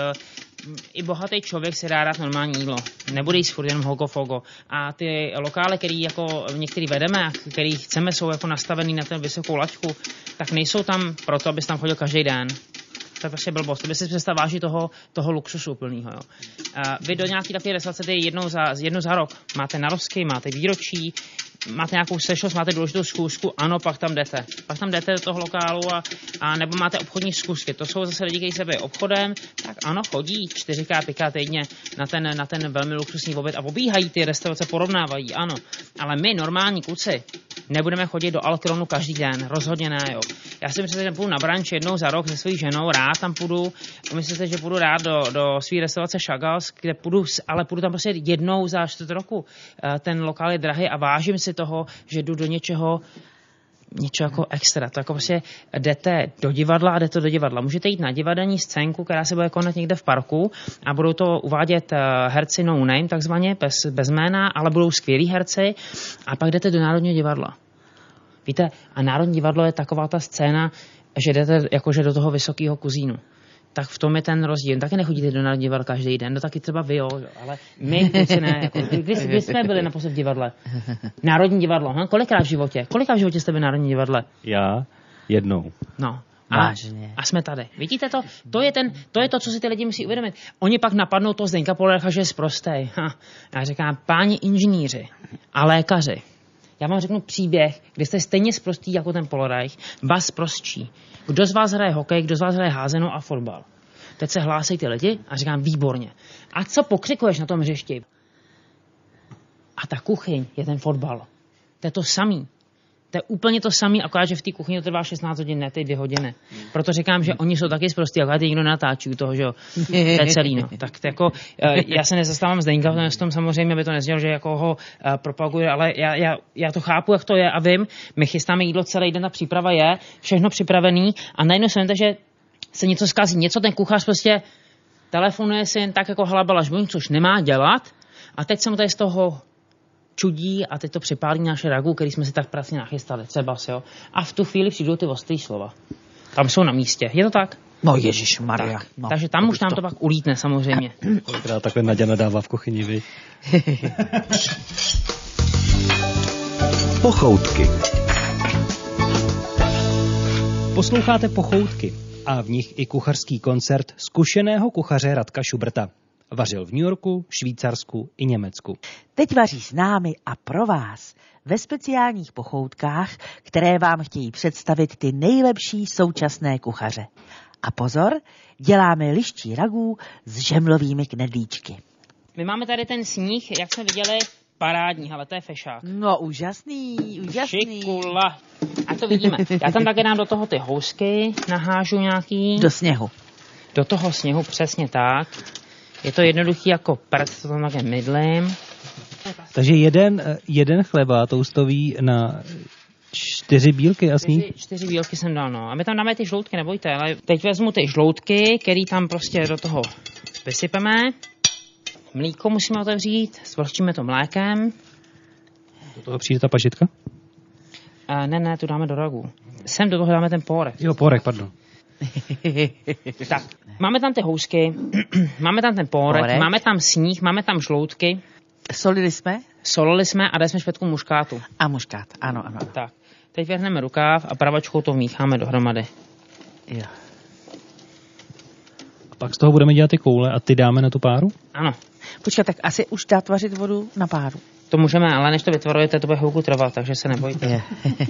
i bohatý člověk si dá rád normální jídlo. Nebude jíst furt jenom hogo fogo. A ty lokály, který jako některý vedeme a který chceme, jsou jako nastavený na ten vysokou laťku, tak nejsou tam proto, abys tam chodil každý den. To je prostě blbost. To by si představ vážit toho, toho luxusu úplnýho. Jo. A vy do nějaký takové restaurace jednou za, jednou za rok máte narozky, máte výročí, máte nějakou sešlost, máte důležitou schůzku, ano, pak tam jdete. Pak tam jdete do toho lokálu a, a nebo máte obchodní schůzky. To jsou zase lidi, kteří se baví obchodem, tak ano, chodí čtyřikrát, pětkrát týdně na ten, na ten velmi luxusní oběd a obíhají ty restaurace, porovnávají, ano. Ale my, normální kluci, nebudeme chodit do Alkronu každý den, rozhodně ne, jo. Já si myslím, že půjdu na branč jednou za rok se svojí ženou, rád tam půjdu, myslím si, že půjdu rád do, do své restaurace Chagall's, kde půjdu, ale půjdu tam prostě jednou za čtvrt roku. Ten lokál je drahý a vážím si toho, že jdu do něčeho, něco jako extra. To jako prostě jdete do divadla a jdete do divadla. Můžete jít na divadelní scénku, která se bude konat někde v parku a budou to uvádět herci no name, takzvaně, bez, bez jména, ale budou skvělí herci a pak jdete do Národního divadla. Víte, a Národní divadlo je taková ta scéna, že jdete jakože do toho vysokého kuzínu. Tak v tom je ten rozdíl. Taky nechodíte do Národního divadla každý den, no taky třeba vy, jo, ale my kluci ne. Jako, kdy, kdy jsme byli naposled v divadle? Národní divadlo, hm? Kolikrát v životě? Kolikrát v životě jste byli v Národní divadle? Já jednou. No. A, a jsme tady. Vidíte to? To je, ten, to je to, co si ty lidi musí uvědomit. Oni pak napadnou toho Zdeňka Polerecha, že je sprostej. Ha. Já říkám, páni inženýři a lékaři, já vám řeknu příběh, kde jste stejně sprostý jako ten Polerech, vás sprostčí. Kdo z vás hraje hokej, kdo z vás hraje házenou a fotbal? Teď se hlásí ty lidi a říkám, výborně. A co pokřikuješ na tom hřišti? A ta kuchyň je ten fotbal. To je to samý. To je úplně to samý, akorát, že v té kuchyni to trvá šestnáct hodin, ne ty dvě hodiny. Proto říkám, že oni jsou taky zprostí, akorát někdo natáčí u toho, že jo. To je celý, no. Tak to jako, já se nezastávám Zdeňka v tom samozřejmě, aby to nezdělal, že jako ho propaguje, ale já, já, já to chápu, jak to je a vím, my chystáme jídlo celý den, ta příprava je, všechno připravený a najednou se víte, že se něco zkazí, něco ten kuchař prostě telefonuje si jen tak jako halabala žbuň, což nemá dělat a teď jsem tady z toho čudí a teď to připálí naše ragu, který jsme si tak pracně nachystali, třeba si, jo. A v tu chvíli přijdou ty ostrý slova. Tam jsou na místě. Je to tak? No ježišmarja. Tak. No, Takže tam už nám to... to pak ulítne samozřejmě. Kolikrát takhle Naďa nadává v kuchyni, vy. Pochoutky. Posloucháte Pochoutky a v nich i kuchařský koncert zkušeného kuchaře Radka Schuberta. Vařil v New Yorku, Švýcarsku i Německu. Teď vaří s námi a pro vás ve speciálních pochoutkách, které vám chtějí představit ty nejlepší současné kuchaře. A pozor, děláme liščí ragů s žemlovými knedlíčky. My máme tady ten sníh, jak jsme viděli, parádní, ale to je fešák. No úžasný, úžasný. Šikula. A to vidíme. Já tam také dám do toho ty housky, nahážu nějaký. Do sněhu. Do toho sněhu, přesně tak. Je to jednoduchý jako prd, to tam také mydlím. Takže jeden, jeden chleba toustový na čtyři bílky a sníh? Čtyři, čtyři bílky jsem dal, no. A my tam dáme ty žloutky, nebojte, ale teď vezmu ty žloutky, který tam prostě do toho vysypeme. Mlíko musíme otevřít, zvlhčíme to mlékem. Do toho přijde ta pažitka? A ne, ne, tu dáme do ragu. Sem do toho dáme ten pórek. Jo, pórek, pardon. Tak, máme tam ty housky, máme tam ten pórek, pórek, máme tam sníh, máme tam žloutky. Solili jsme? Solili jsme a dali jsme špetku muškátu. A muškát, ano, ano. Tak, teď vrhneme rukáv a pravačkou to mícháme dohromady. Jo. A pak z toho budeme dělat ty koule a ty dáme na tu páru? Ano. Počkat, tak asi už dát vařit vodu na páru. To můžeme, ale než to vytvarujete, to bude chvilku trvat, takže se nebojte.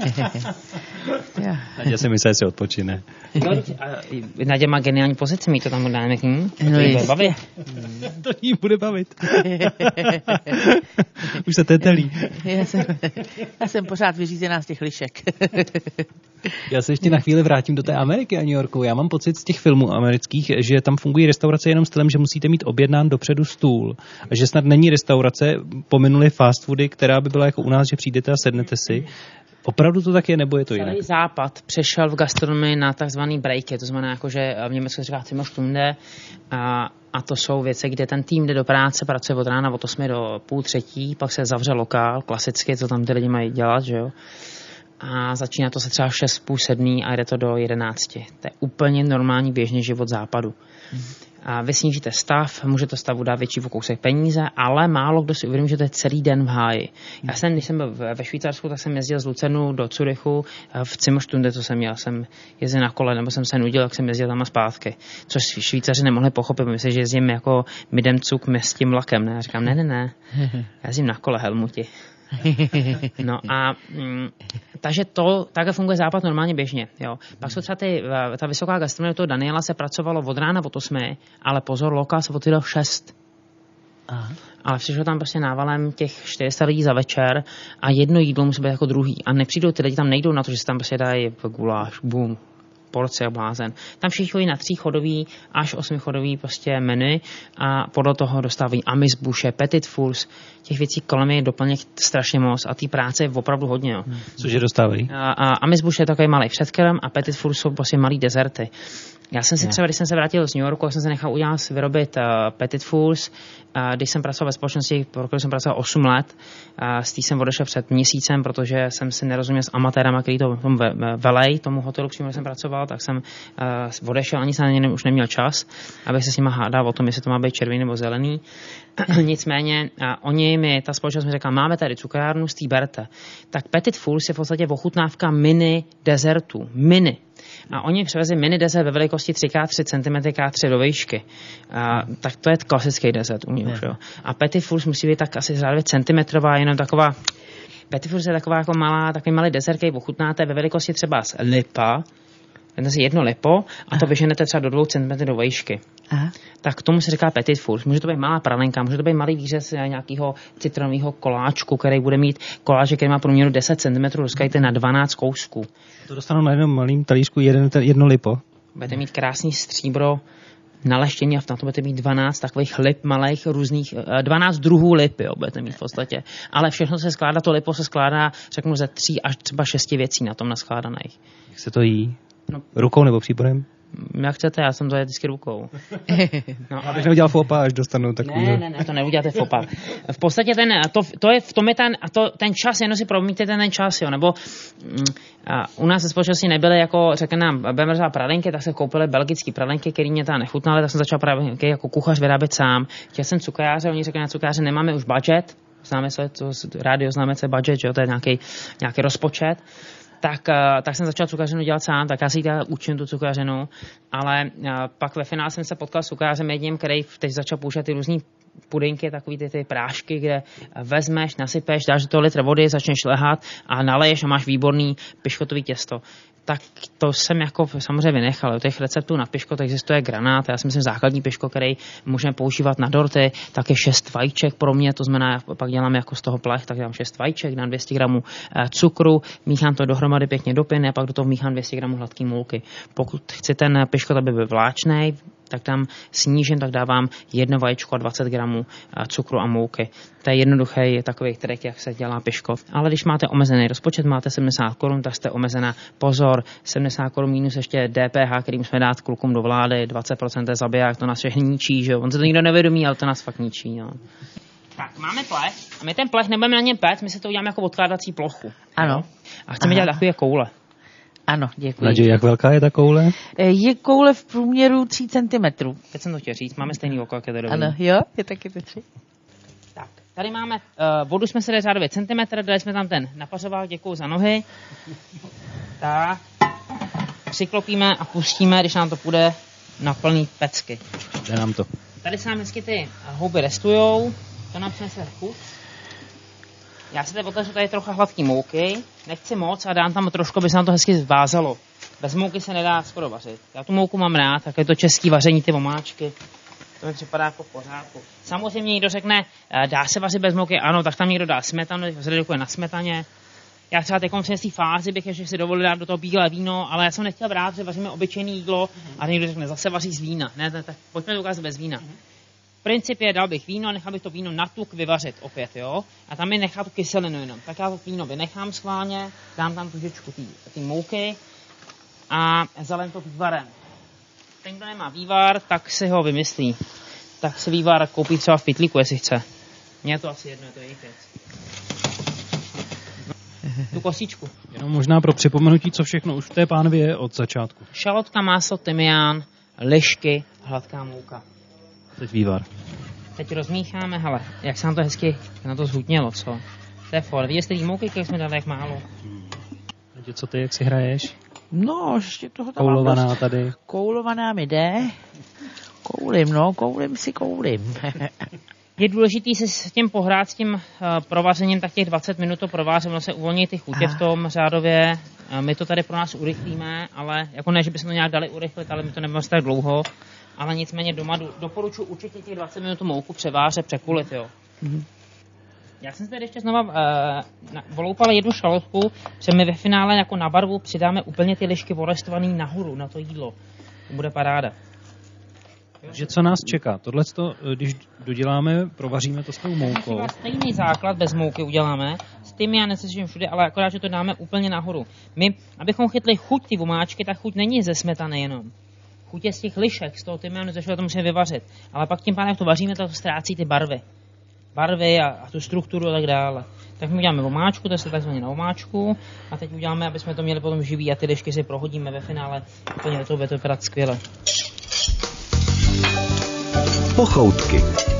Nadě si myslí, že si odpočine. No, Nadě má geniální pozici, my to tam dáme. Hm? To no jí bude bavit. To jí bude bavit. Už se tetelí. Já jsem, já jsem pořád vyřízená z těch lišek. Já se ještě na chvíli vrátím do té Ameriky a New Yorku. Já mám pocit z těch filmů amerických, že tam fungují restaurace jenom stylem, že musíte mít objednán dopředu stůl. A že snad není restaurace, pominuli fast foody, která by byla jako u nás, že přijdete a sednete si. Opravdu to tak je, nebo je to jinak? Celý západ přešel v gastronomii na takzvaný breaky, to znamená, jako, že v Německu se říká Zimmerstunde, a, a to jsou věci, kde ten tým jde do práce, pracuje od rána od osmi do půl třetí, pak se zavře lokál, klasicky, co tam ty lidi mají dělat, že jo. A začíná to se třeba v šest, půl sedmí a jde to do jedenácti. To je úplně normální běžný život západu. Mm. A vy snížíte stav, můžete stavu dát větší o kousek peníze, ale málo kdo si uvědomí, že to je celý den v háji. Já jsem, když jsem byl ve Švýcarsku, tak jsem jezdil z Lucernu do Curychu v Zimmerstunde, co jsem měl. Jsem jezdil na kole, nebo jsem se nudil, jak jsem jezdil tam a zpátky. Což Švýcaři nemohli pochopit. Myslím, že jezdím jako Midemcuk s tím vlakem. Ne? Já říkám, ne, ne, ne, já jezdím na kole, Helmuti. No a mm, takže to, takhle funguje západ normálně běžně, jo. Pak jsou třeba ty, ta vysoká gastronomie, toho Daniela se pracovalo od rána od osmi, ale pozor, lokál se otvíral v šest. Aha. Ale přišlo tam prostě návalem těch čtyři sta lidí za večer a jedno jídlo musí být jako druhý. A nepřijdou ty lidi, tam nejdou na to, že se tam prostě dají guláš, bum, porce a blázen. Tam všichni chodí na tříchodový až osmichodový prostě menu a podle toho dostávají amuse-bouche, petit fours, těch věcí kolem je doplněk strašně moc a té práce je opravdu hodně. Jo. Cože dostávají? A, a amuse-bouche je takový malý předkrm a petit fours jsou prostě malý dezerty. Já jsem si třeba, když jsem se vrátil z New Yorku, tak jsem se nechal udělat vyrobit uh, petit fours. Uh, když jsem pracoval ve společnosti, pro kterou jsem pracoval osm let, uh, z té jsem odešel před měsícem, protože jsem si nerozuměl s amatérama, který to tom ve, velej, tomu hotelu, přímo kde jsem pracoval, tak jsem uh, odešel, ani jsem na ně už neměl čas, abych se s nima hádal o tom, jestli to má být červený nebo zelený. Nicméně uh, oni mi, ta společnost mi řekla, máme tady cukrárnu, z té berte. Tak petit fours je v podstatě ochutnávka mini dezertů. Mini. A oni přivezli mini dezert ve velikosti tři krát tři centimetry krát tři do výšky. A, tak to je klasický dezert u nich. A petit fours musí být tak asi řádově centimetrová, jenom taková. Petit fours je taková jako malá, takový malý dezert, který ochutnáte ve velikosti třeba z lipa. Vezmete si jedno lipo a to vyženete třeba do dvou centimetrů do výšky. Aha. Tak tomu se říká petit fours. Může to být malá pralenka, může to být malý výřez nějakého citronového koláčku, který bude mít koláče, který má průměru deset centimetrů, rozkajte na dvanáct kousků. To dostanou na jednom malým talířku jeden, jedno lipo. Budete mít krásný stříbro na leštění a na to budete mít dvanáct takových lip malých různých, dvanáct druhů lipy, jo, budete mít v podstatě. Ale všechno se skládá, to lipo se skládá, řeknu, ze tří až třeba šesti věcí na tom naskládaných. Jak se to jí? No. Rukou nebo příborem? Jak chcete, já jsem to je vždycky rukou. No, abych neudělal fopa, až dostanu takový. Ne, ne, ne, to neuděláte fopa. V podstatě ten, to, to je, v tom je ten, a to, ten čas, jenom si promíte ten čas, jo, nebo a u nás ve společnosti nebyly jako, řekne nám, budeme říkat pralenky, tak se koupily belgické pralenky, které mě tam nechutnaly, tak jsem začal pralenky jako kuchař vyrábět sám. Chtěl jsem cukráře, oni řekli na cukráře, nemáme už budget, známe se, to rádio známe se budget, jo, to je nějaký, nějaký rozpočet. Tak, tak jsem začal cukrařinu dělat sám, tak já si dělal učím tu cukrařinu, ale pak ve finále jsem se potkal s cukrářem jedním, který teď začal používat ty různý pudinky, takový ty, ty prášky, kde vezmeš, nasypeš, dáš do toho litr vody, začneš lehat a naleješ a máš výborný piškotový těsto. Tak to jsem jako samozřejmě vynechal. U těch receptů na piškot existuje granát. Já si myslím, základní piško, který můžeme používat na dorty, tak je šest vajíček pro mě, to znamená, pak dělám jako z toho plech, tak dám šest vajíček, dám dvě stě gramů cukru, míchám to dohromady pěkně do pěny a pak do toho míchám dvě stě gramů hladký můlky. Pokud chci ten piškot, aby byl vláčnej, tak tam snížím, tak dávám jedno vajíčko a dvacet gramů cukru a mouky. To je jednoduchý takový trik, jak se dělá piškot. Ale když máte omezený rozpočet, máte sedmdesát korun, tak jste omezená. Pozor, sedmdesát korun minus ještě D P H, který musíme dát klukům do vlády, dvacet procent je zabiják, to nás všechny ničí, že jo. On se to nikdo nevědomí, ale to nás fakt ničí, jo. Tak, máme plech a my ten plech nebudeme na něm péct, my si to uděláme jako odkládací plochu. Ano. Jo? A chceme Aha. dělat takové koule. Ano, děkuji. Naději, jak velká je ta koule? Je koule v průměru tři centimetry. Teď jsem to chtěl říct, máme stejný oko, jak je to dobrý. Ano, jo, je taky to tři. Tak, tady máme, uh, vodu jsme se dali řádově centimetr, dali jsme tam ten napařovák, děkuju za nohy. Tak, přiklopíme a pustíme, když nám to půjde na plný pecky. Jde nám to. Tady se nám hezky ty houby restujou, to nám přinese chuť. Já si tady otevřu tady trocha hladký mouky, nechci moc a dám tam trošku, aby se nám to hezky zvázalo. Bez mouky se nedá skoro vařit. Já tu mouku mám rád, tak je to český vaření, ty omáčky. To mi připadá jako v pořádku. Samozřejmě někdo řekne, dá se vařit bez mouky, ano, tak tam někdo dá smetanu, zredukuje na smetaně. Já třeba teď v té fázi bych ještě si dovolil dát do toho bílé víno, ale já jsem nechtěl brát, že vaříme obyčejné jídlo a někdo řekne, zase vaří z vína. Ne, ne tak pojďme to ukázat bez vína. V principě dal bych víno, nechal bych to víno na tuk vyvařit opět, jo. A tam mi nechá tu kyselinu jenom. Tak já to víno vynechám schválně, dám tam trošičku té mouky a zalím to vývarem. Ten, kdo nemá vývar, tak si ho vymyslí. Tak si vývar koupí třeba v pytlíku, jestli chce. Mně je to asi jedno, je to jejich věc. Tu kostičku. Jenom možná pro připomenutí, co všechno už v té pánvi je od začátku. Šalotka, máslo, tymián, lišky, hladká mouka. Teď vývar. Teď rozmícháme, hele, jak se nám to hezky na to zhutnělo, co? To je for. Vidíte ty mouky, jak jsme dali, jak málo? Teď co ty, jak si hraješ? No, ještě toho tam Koulovaná mám dost. tady. Koulovaná mi jde. Koulím, no, koulím si koulím. Je důležitý si s tím pohrát, s tím uh, provařením, tak těch dvacet minut to provářím, ono se uvolní ty chutě v tom řádově. Uh, my to tady pro nás urychlíme, ale jako ne, že bychom to nějak dali urychlit, ale my to nebudeme tak dlouho. Ale nicméně doma do, doporučuji určitě těch dvacet minut mouku převářet, překulit, jo. Mm-hmm. Já jsem si tady ještě znova uh, voloupal jednu šalotku, že my ve finále jako na barvu přidáme úplně ty lišky volestovaný nahoru na to jídlo. To bude paráda. Takže co nás čeká? Tohle, když doděláme, provaříme to s tou moukou. Stejný základ bez mouky uděláme, s tím já neslyším všude, ale akorát, že to dáme úplně nahoru. My, abychom chytli chuť ty vomáčky, tak chuť není ze smetany jenom. Chuť je z těch lišek, z toho tymiánu, ze všeho to musíme vyvařit. Ale pak tím pádem, jak to vaříme, tak to ztrácí ty barvy. Barvy a, a tu strukturu a tak dále. Tak my uděláme vomáčku, to je takzvaně na vomáčku. A teď uděláme, aby jsme to měli potom živý a ty lišky si prohodíme ve finále. Úplně to bude to vypadat skvěle. Pochoutky.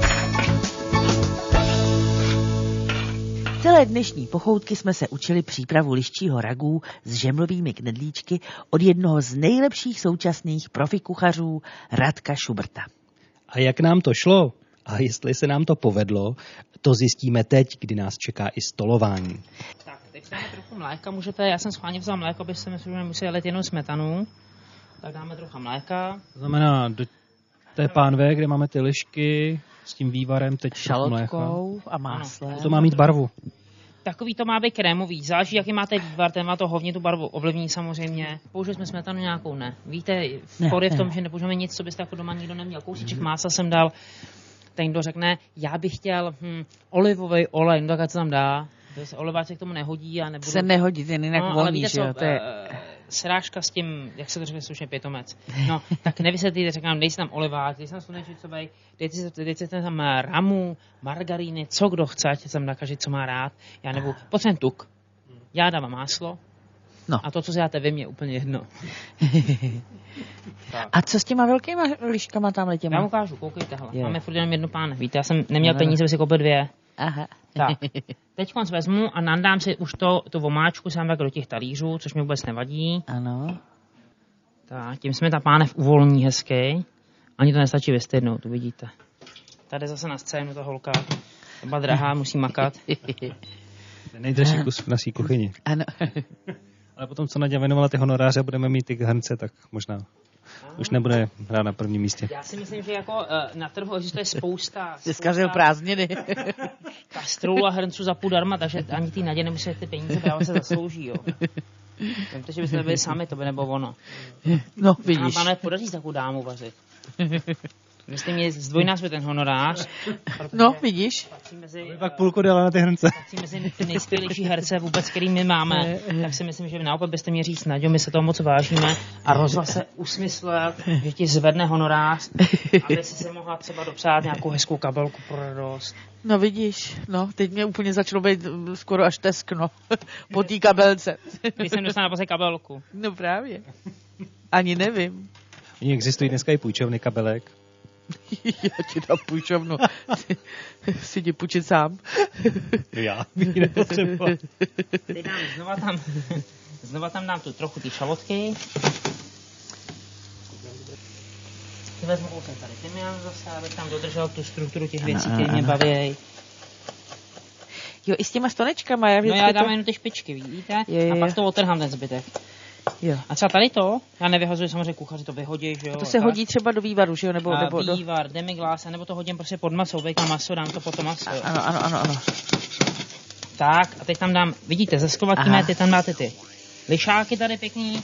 Celé dnešní pochoutky jsme se učili přípravu liščího ragú s žemlovými knedlíčky od jednoho z nejlepších současných profikuchařů Radka Šubrta. A jak nám to šlo? A jestli se nám to povedlo, to zjistíme teď, kdy nás čeká i stolování. Tak, teď dáme trochu mléka, můžete, já jsem schválně vzal mléko, abyste myslím, že nemuseli jet jenom smetanu. Tak dáme trochu mléka. To znamená do té pánve, kde máme ty lišky s tím vývarem, teď šalotkou a máslem. To má mít barvu. Takový to má být krémový. Záleží, jaký máte vývar, ten má to hovně tu barvu ovlivní samozřejmě. Použili jsme smetanu nějakou, ne. Víte, for je v tom, že nepoužijeme nic, co byste jako doma nikdo neměl. Kousíček másla jsem dal. Ten, kdo řekne, já bych chtěl hm, olivový olej, no tak ať se tam dá. Oliváč se k tomu nehodí a nebudu... Se nehodí, ten jinak no, voní, že jo, to je... Srážka s tím, jak se to řekne slušně, pětomec. No, tak nevysvětlíte, řekám, dej si tam oliváč, dej si tam slunečnicovej, dejte si, dejte si tam ramu, margaríny, co kdo chce, ať se tam nakaží, co má rád. Já nebo potřebuji tuk. Já dávám máslo. No. A to, co si dáte vy, mě je úplně jedno. A co s těma velkýma liškama tam letěma? Já ukážu, koukejte, hele. Yeah. Máme furt jenom jednu pánev. Víte, já jsem neměl no, peníze, aby si koupil dvě. Aha. Tak, teď konc vezmu a nandám si už to, tu vomáčku sám tak do těch talířů, což mi vůbec nevadí. Ano. Tak, tím jsme ta pánev uvolní hezky. Ani to nestačí vystydnout, tu vidíte. Tady zase na scénu ta holka. Třeba drahá, musí makat. Nejdražší kus v naší kuchyni. Ano. Ale potom, co Naďa věnovala ty honoráře, budeme mít ty hrnce, tak možná už nebude hrát na prvním místě. Já si myslím, že jako na trhu existuje spousta... Dneska žil prázdniny. Kastrů a hrnců za půl darma, takže ani ty Nadě nemusí ty peníze právě se zaslouží, jo. Vemte, že byste byli sami, to by nebo ono. No, vidíš. A pánové, podaří se takovou dámu vařit. Vy jste měli zdvojnásobit ten honorář. No, vidíš. Mezi, pak půlku dala na ty hrnce. Mezi ty nejskvělejší herce vůbec, který my máme, tak si myslím, že naopak byste měli říct, Naďo, my se toho moc vážíme a rozhlas se usmyslet, že ti zvedne honorář, aby si se mohla třeba dopřát nějakou hezkou kabelku pro radost. No vidíš, no, teď mě úplně začalo být skoro až teskno po té kabelce. Když jsem dostal na pase kabelku. No právě. Ani nevím. Oni existují dneska i půjčovny kabelek. Já ti dám půjčovnu. Si ti půjčit sám. Já bych nepotřeboval. Teď dám znova tam, znova tam dám tu trochu ty šalotky. Vezmu kousek tady tymián zase, abych tam dodržel tu strukturu těch věcí, které mě baví. Jo, i s těma stonečkama. Já no já dám to... jenom ty špičky, vidíte? Je, je. A pak to otrhám ten zbytek. Jo. A třeba tady to, já nevyhazuji samozřejmě kuchaři, to vyhodí, že jo. A to se tak hodí třeba do vývaru, že jo? Nebo, a nebo vývar, do... demiglas, nebo to hodím prostě pod masou, vejkám maso, dám to pod to maso. Ano, ano, ano, ano. Tak, a teď tam dám, vidíte, zeskovatíme, ty tam dáte ty lišáky tady pěkný.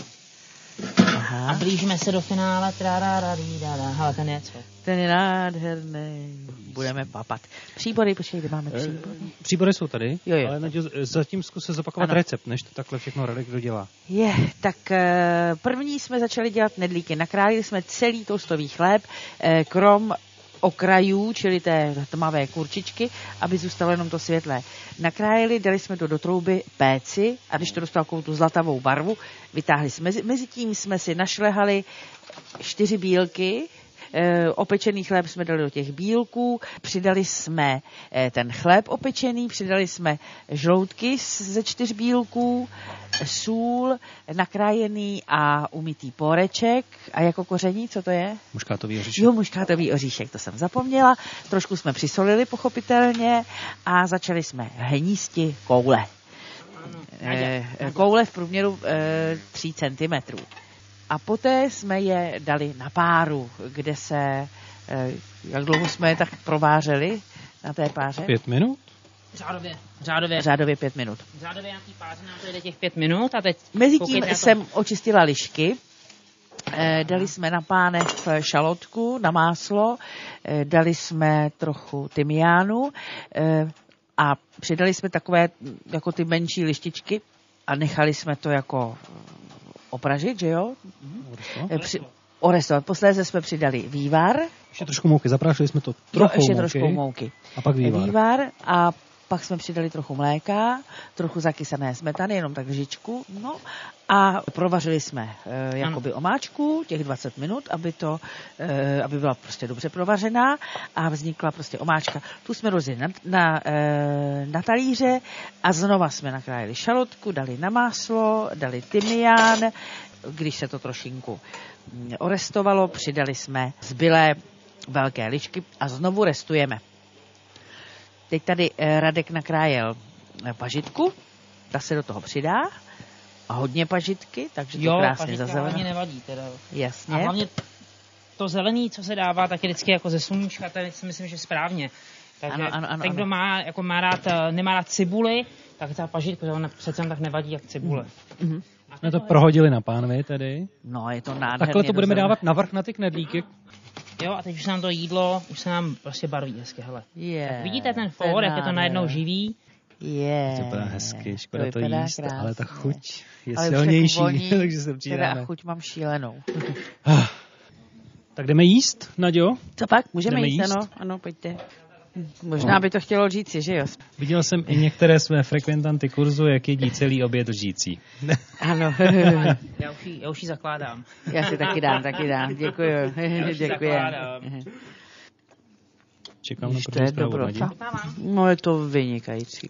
Aha. A blížíme se do finále. Hele, ten je co? Ten je nádherný. Budeme papat. Příbory, počkej, kde máme příbory? Příbory jsou tady, jo, jo. ale Naďo, zatím zkus se zopakovat ano. recept, než to takhle všechno Radek dodělá. Je, tak první jsme začali dělat nedlíky. Nakrájeli jsme celý toastový chléb, krom okrajů, čili té tmavé kurčičky, aby zůstalo jenom to světlé. Nakrájeli, dali jsme to do trouby péci a když to dostalo takovou tu zlatavou barvu, vytáhli jsme. Mezi tím jsme si našlehali čtyři bílky, E, opečený chléb jsme dali do těch bílků, přidali jsme e, ten chléb opečený, přidali jsme žloutky ze čtyř bílků, sůl, nakrájený a umytý póreček a jako koření, co to je? Muškátový oříšek. Jo, muškátový oříšek, to jsem zapomněla. Trošku jsme přisolili pochopitelně a začali jsme hnízti koule. E, koule v průměru e, tři centimetry. A poté jsme je dali na páru, kde se, jak dlouho jsme je tak provářeli na té páře? Pět minut? Řádově. Řádově. Řádově pět minut. Řádově na té páře nám to jde těch pět minut a teď... Mezitím jsem očistila lišky, dali jsme na pánev šalotku, na máslo, dali jsme trochu tymiánu a přidali jsme takové jako ty menší lištičky a nechali jsme to jako... opražit, že jo? Mm-hmm. Při, orestovat. Posléze jsme přidali vývar. Ještě trošku mouky, zaprášili jsme to trochu jo, ještě mouky. trošku mouky. A pak vývar. Vývar a pak jsme přidali trochu mléka, trochu zakysané smetany, jenom tak lžičku, no a provařili jsme e, jakoby omáčku těch dvacet minut, aby to, e, aby byla prostě dobře provařená a vznikla prostě omáčka. Tu jsme rozjeli na, na, e, na talíře a znova jsme nakrájeli šalotku, dali na máslo, dali tymián, když se to trošinku orestovalo, přidali jsme zbylé velké lišky a znovu restujeme. Teď tady Radek nakrájel pažitku, ta se do toho přidá a hodně pažitky, takže to jo, krásně zazeleno. Jo, pažitka nevadí teda. Jasně. A hlavně to zelený, co se dává, tak je vždycky jako ze sluníčka, to si myslím, že správně. Takže ano, ano, ano, ten, kdo má, jako má rád, nemá rád cibuli, tak ta pažitka, že ona přece tak nevadí jak cibule. Mm-hmm. Jsme to prohodili na pánvi tedy. No, je to nádherně. Takhle to budeme dávat navrch na ty knedlíky. Jo, a teď už se nám to jídlo, už se nám prostě barví hezky, hele. Yeah, tak vidíte ten for, jak je to najednou živý? Yeah, to vypadá hezky, škoda to, to jíst, krásně. Ale ta chuť je ale silnější, voní, takže se přidáme. Teda chuť mám šílenou. Tak jdeme jíst, Naďo? Co pak? Můžeme jdeme jíst, jíst, ano, ano, pojďte. Možná by to chtělo říci, že jo? Viděl jsem i některé své frekventanty kurzu, jak jedí celý oběd lžící. Ano. já, už ji, já už ji zakládám. Já si taky dám, taky dám. Děkuji. Děkuji. Čekám na první zprávu. No je to vynikající.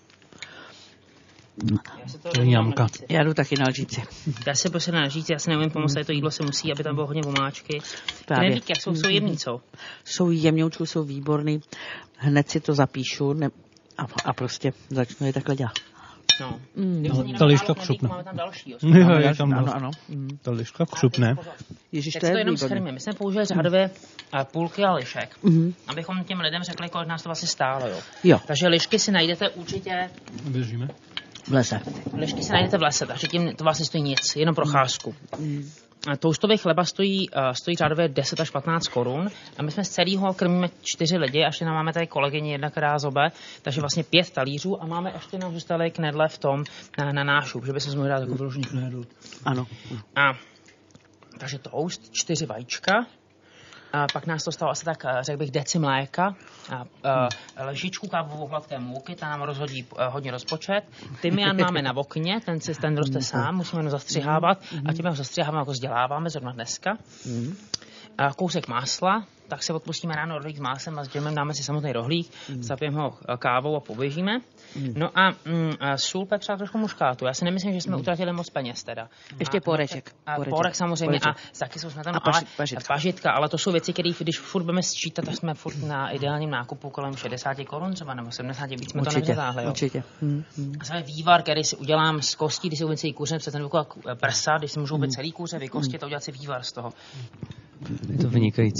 To je jamka. Já jdu taky na lžíci. Já se prostě na lžíci, já si neumím pomoct, to jídlo se musí, aby tam bylo hodně omáčky. Knedlíky, jak jsou, jsou jemný, co? Jsou jemňoučku, jsou výborný. Hned si to zapíšu ne, a, a prostě začnu je takhle dělat. No. Mm. No, ta liška křupne. Máme tam další. Jo, je tam ano, ano. Ta liška křupne. Ježiš, tak to je to jenom výborný. schrneme. My jsme použili řádově půlky a lišek, mm. abychom těm lidem řekli, kolik nás to vlastně stálo. Jo. Jo. Takže lišky si najdete určitě... Běžíme. V lese. Lišky si najdete v lese, takže tím to vlastně stojí nic, jenom procházku. Mm. Toastový chleba stojí, uh, stojí řádově deset až patnáct korun a my jsme z celého krmíme čtyři lidi, až nám máme tady kolegyni, jedna, která zobe, takže vlastně pět talířů a máme ještě nám zůstaly knedle v tom na, na nášup, že by se mohli dát takový vložný knedl. Ano. A, takže toast, čtyři vajíčka, a pak nás to stalo asi tak, řekl bych, deci mléka, a, a lžičku kávovou hladké mouky, ta nám rozhodí a, hodně rozpočet. Tymián máme na okně, ten si ten roste sám, musíme ho zastřihávat a tím ho zastřiháváme, jako vzděláváme zrovna dneska. A kousek másla, tak se odpustíme ráno rohlík s máslem a s džemem dáme si samotný rohlík, mm. zapijeme ho kávou a poběžíme. Mm. No a, mm, a sůl, pepř a trošku muškátu. Já si nemyslím, že jsme mm. utratili moc peněz teda. Ještě a, póreček. A póreček, pórek samozřejmě póreček. A taky jsou jsme tam, a paži, pažitka. pažitka, ale to jsou věci, které když furt budeme sčítat, tak jsme furt na ideálním nákupu kolem šedesát korun třeba, nebo sedmdesát, víc jsme určitě, to nepřetáhli. Určitě. Hmm. A samozřejmě vývar, který si udělám z kostí, když si umím celý kůře, přece ten prsa, když si můžu ubít celý kůře, vykostit a udělat si vývar z toho. Je to vynikající.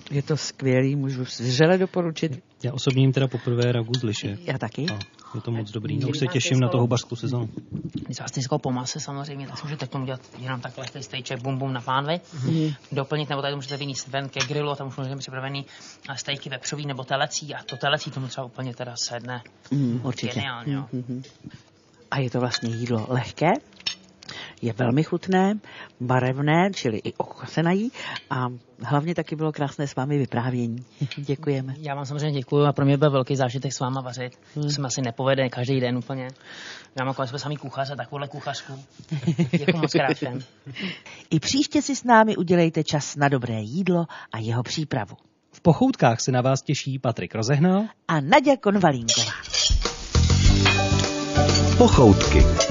Je to skvělý, můžu vřele doporučit. Já osobně jim teda poprvé ragu z liše. Já taky. A je to moc dobrý. No, už se těším na to hubařskou sezónu. Když vás tysko po mase samozřejmě, tak si můžete k tomu dělat jenom takhle lehký stejček bum bum na pánvi. Mm. Doplnit, nebo tady můžete vyníst ven ke grilu a tam už můžete připravený stejky vepřový nebo telecí a to telecí tomu třeba úplně teda sedne. Mm, určitě. Geniálně, jo. Mm-hmm. A je to vlastně jídlo lehké, je velmi chutné, barevné, čili i oko se nají a hlavně taky bylo krásné s vámi vyprávění. Děkujeme. Já vám samozřejmě děkuju a pro mě byl velký zážitek s váma vařit. Hmm. To se mi asi nepovede každý den úplně. Já mám kolem sebe samý kuchař a takovouhle kuchařku. Děkuju moc krát všem. I příště si s námi udělejte čas na dobré jídlo a jeho přípravu. V Pochoutkách se na vás těší Patrik Rozehnal a Naďa Konvalínková. Pochoutky.